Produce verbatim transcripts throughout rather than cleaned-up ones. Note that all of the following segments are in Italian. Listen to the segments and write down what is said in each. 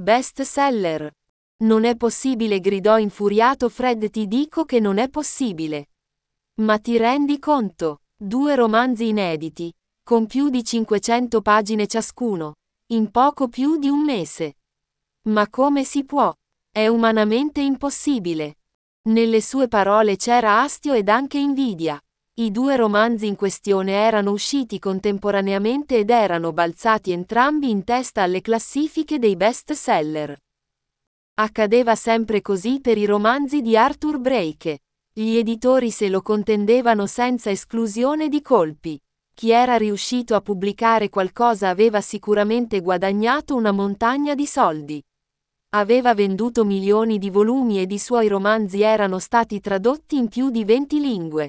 Best seller. Non è possibile, gridò infuriato Fred, ti dico che non è possibile. Ma ti rendi conto? Due romanzi inediti, con più di cinquecento pagine ciascuno, in poco più di un mese. Ma come si può? È umanamente impossibile. Nelle sue parole c'era astio ed anche invidia. I due romanzi in questione erano usciti contemporaneamente ed erano balzati entrambi in testa alle classifiche dei best seller. Accadeva sempre così per i romanzi di Arthur Brake. Gli editori se lo contendevano senza esclusione di colpi. Chi era riuscito a pubblicare qualcosa aveva sicuramente guadagnato una montagna di soldi. Aveva venduto milioni di volumi ed i suoi romanzi erano stati tradotti in più di venti lingue.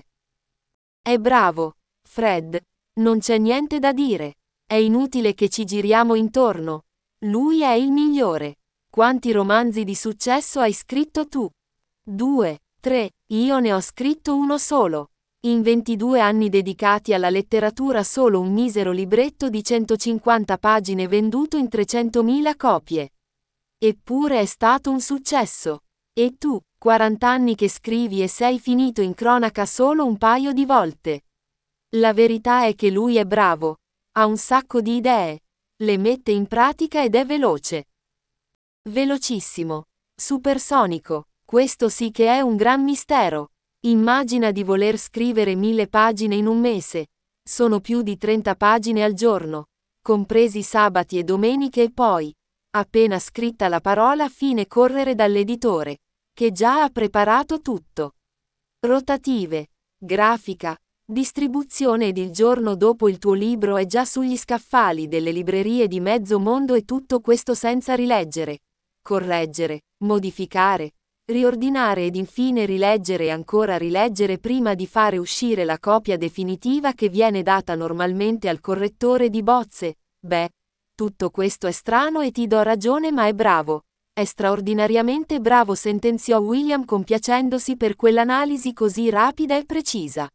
È bravo, Fred, non c'è niente da dire. È inutile che ci giriamo intorno. Lui è il migliore. Quanti romanzi di successo hai scritto tu? Due, tre, io ne ho scritto uno solo. In ventidue anni dedicati alla letteratura solo un misero libretto di centocinquanta pagine venduto in trecentomila copie. Eppure è stato un successo. E tu, quaranta anni che scrivi e sei finito in cronaca solo un paio di volte. La verità è che lui è bravo. Ha un sacco di idee. Le mette in pratica ed è veloce. Velocissimo. Supersonico. Questo sì che è un gran mistero. Immagina di voler scrivere mille pagine in un mese. Sono più di trenta pagine al giorno, compresi sabati e domeniche, e poi, appena scritta la parola fine, correre dall'editore, che già ha preparato tutto. Rotative, grafica, distribuzione, ed il giorno dopo il tuo libro è già sugli scaffali delle librerie di mezzo mondo, e tutto questo senza rileggere, correggere, modificare, riordinare ed infine rileggere e ancora rileggere prima di fare uscire la copia definitiva che viene data normalmente al correttore di bozze. Beh, tutto questo è strano e ti do ragione, ma è bravo. È straordinariamente bravo, sentenziò William compiacendosi per quell'analisi così rapida e precisa.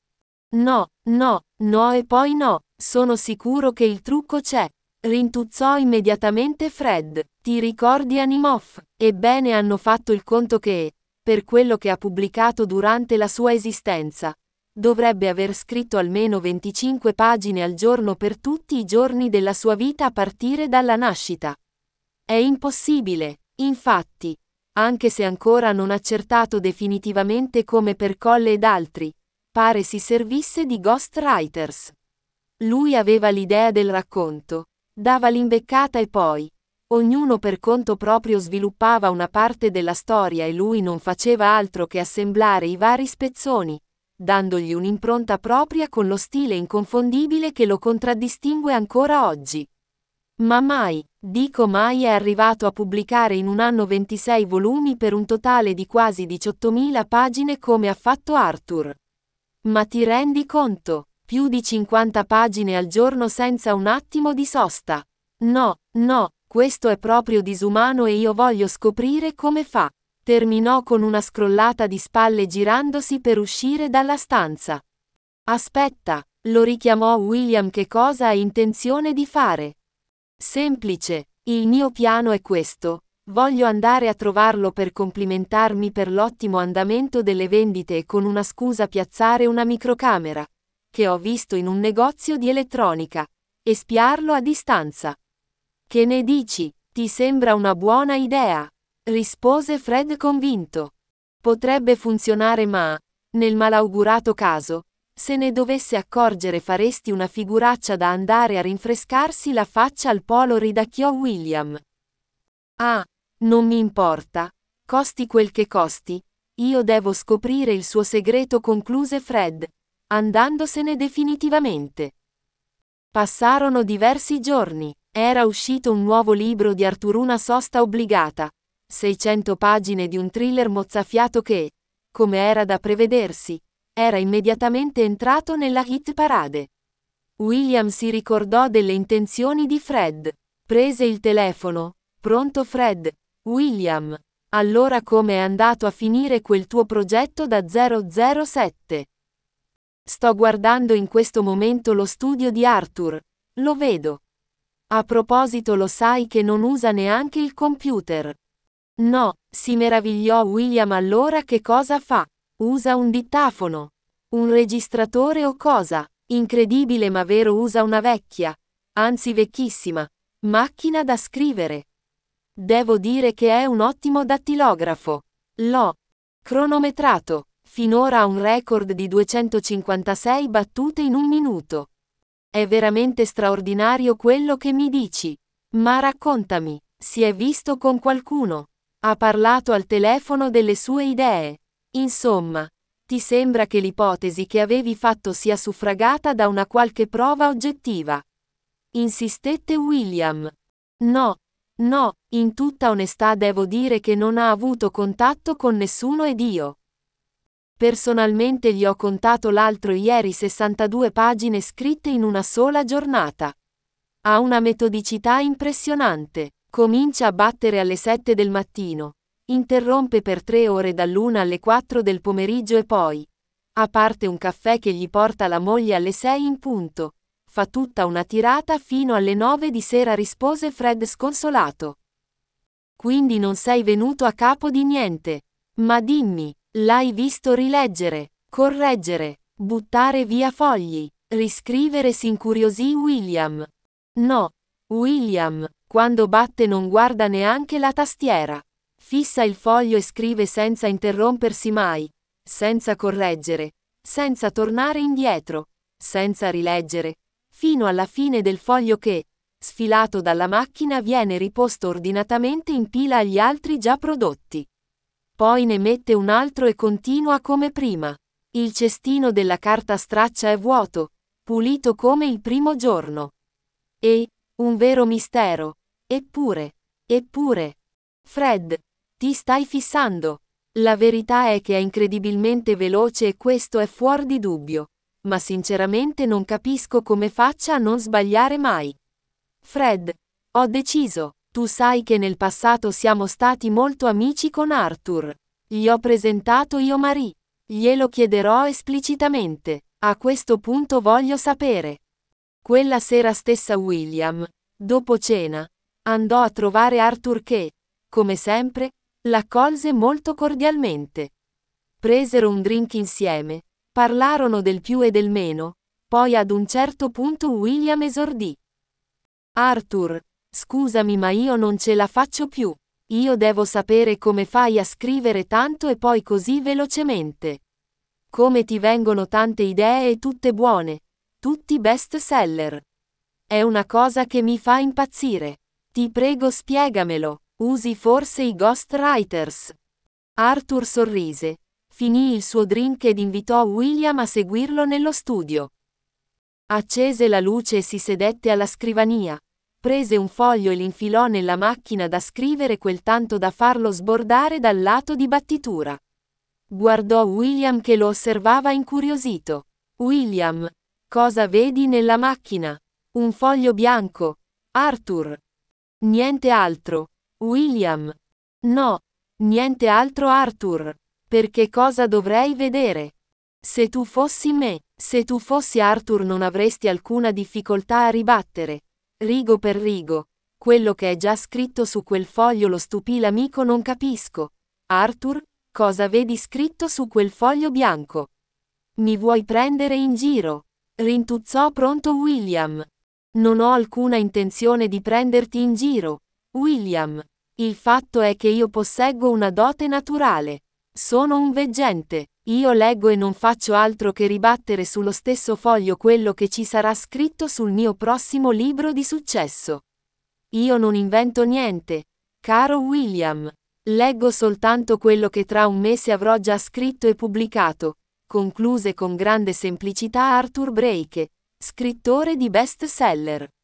No, no, no e poi no, sono sicuro che il trucco c'è. Rintuzzò immediatamente Fred. Ti ricordi Asimov? Ebbene, hanno fatto il conto che, per quello che ha pubblicato durante la sua esistenza, dovrebbe aver scritto almeno venticinque pagine al giorno per tutti i giorni della sua vita a partire dalla nascita. È impossibile, infatti, anche se ancora non accertato definitivamente come per Colle ed altri, pare si servisse di ghostwriters. Lui aveva l'idea del racconto, dava l'imbeccata e poi, ognuno per conto proprio sviluppava una parte della storia e lui non faceva altro che assemblare i vari spezzoni, dandogli un'impronta propria con lo stile inconfondibile che lo contraddistingue ancora oggi. Ma mai, dico mai, è arrivato a pubblicare in un anno ventisei volumi per un totale di quasi diciottomila pagine come ha fatto Arthur. Ma ti rendi conto? Più di cinquanta pagine al giorno senza un attimo di sosta. No, no, questo è proprio disumano e io voglio scoprire come fa. Terminò con una scrollata di spalle girandosi per uscire dalla stanza. Aspetta, lo richiamò William, che cosa hai intenzione di fare? Semplice, il mio piano è questo. Voglio andare a trovarlo per complimentarmi per l'ottimo andamento delle vendite e con una scusa piazzare una microcamera, che ho visto in un negozio di elettronica, e spiarlo a distanza. Che ne dici? Ti sembra una buona idea? Rispose Fred convinto. Potrebbe funzionare, ma, nel malaugurato caso, se ne dovesse accorgere faresti una figuraccia da andare a rinfrescarsi la faccia al polo, ridacchiò William. Ah, non mi importa, costi quel che costi, io devo scoprire il suo segreto, concluse Fred, andandosene definitivamente. Passarono diversi giorni. Era uscito un nuovo libro di Arthur, una sosta obbligata, seicento pagine di un thriller mozzafiato che, come era da prevedersi, era immediatamente entrato nella hit parade. William si ricordò delle intenzioni di Fred. Prese il telefono. Pronto Fred? William. Allora come è andato a finire quel tuo progetto da zero zero sette? Sto guardando in questo momento lo studio di Arthur. Lo vedo. A proposito, lo sai che non usa neanche il computer? No, si meravigliò William. Allora che cosa fa? Usa un dittafono? Un registratore o cosa? Incredibile ma vero, usa una vecchia, anzi vecchissima, macchina da scrivere. Devo dire che è un ottimo dattilografo. L'ho cronometrato. Finora ha un record di duecentocinquantasei battute in un minuto. È veramente straordinario quello che mi dici. Ma raccontami, si è visto con qualcuno? Ha parlato al telefono delle sue idee? Insomma, ti sembra che l'ipotesi che avevi fatto sia suffragata da una qualche prova oggettiva? Insistette William. No, no, in tutta onestà devo dire che non ha avuto contatto con nessuno ed io. Personalmente gli ho contato l'altro ieri sessantadue pagine scritte in una sola giornata. Ha una metodicità impressionante. Comincia a battere alle sette del mattino. Interrompe per tre ore dall'una alle quattro del pomeriggio e poi, a parte un caffè che gli porta la moglie alle sei in punto, fa tutta una tirata fino alle nove di sera, rispose Fred sconsolato. Quindi non sei venuto a capo di niente. Ma dimmi, l'hai visto rileggere, correggere, buttare via fogli, riscrivere? Si incuriosì William. No, William, quando batte non guarda neanche la tastiera. Fissa il foglio e scrive senza interrompersi mai, senza correggere, senza tornare indietro, senza rileggere, fino alla fine del foglio che, sfilato dalla macchina, viene riposto ordinatamente in pila agli altri già prodotti. Poi ne mette un altro e continua come prima. Il cestino della carta straccia è vuoto, pulito come il primo giorno. E, un vero mistero. Eppure, eppure. Fred, ti stai fissando. La verità è che è incredibilmente veloce e questo è fuor di dubbio. Ma sinceramente non capisco come faccia a non sbagliare mai. Fred, ho deciso. Tu sai che nel passato siamo stati molto amici con Arthur. Gli ho presentato io Marie. Glielo chiederò esplicitamente. A questo punto voglio sapere. Quella sera stessa William, dopo cena, andò a trovare Arthur che, come sempre, l'accolse molto cordialmente. Presero un drink insieme, parlarono del più e del meno, poi ad un certo punto William esordì. Arthur, scusami ma io non ce la faccio più. Io devo sapere come fai a scrivere tanto e poi così velocemente. Come ti vengono tante idee e tutte buone, tutti best seller. È una cosa che mi fa impazzire. Ti prego spiegamelo. Usi forse i ghostwriters? Arthur sorrise, finì il suo drink ed invitò William a seguirlo nello studio. Accese la luce e si sedette alla scrivania. Prese un foglio e l'infilò nella macchina da scrivere quel tanto da farlo sbordare dal lato di battitura. Guardò William che lo osservava incuriosito. William, cosa vedi nella macchina? Un foglio bianco. Arthur. Niente altro. William. No, niente altro Arthur. Perché cosa dovrei vedere? Se tu fossi me, se tu fossi Arthur non avresti alcuna difficoltà a ribattere, rigo per rigo, quello che è già scritto su quel foglio. Lo stupì l'amico. Non capisco. Arthur, cosa vedi scritto su quel foglio bianco? Mi vuoi prendere in giro? Rintuzzò pronto William. Non ho alcuna intenzione di prenderti in giro, William. Il fatto è che io posseggo una dote naturale. Sono un veggente. Io leggo e non faccio altro che ribattere sullo stesso foglio quello che ci sarà scritto sul mio prossimo libro di successo. Io non invento niente, caro William. Leggo soltanto quello che tra un mese avrò già scritto e pubblicato, concluse con grande semplicità Arthur Brake, scrittore di best seller.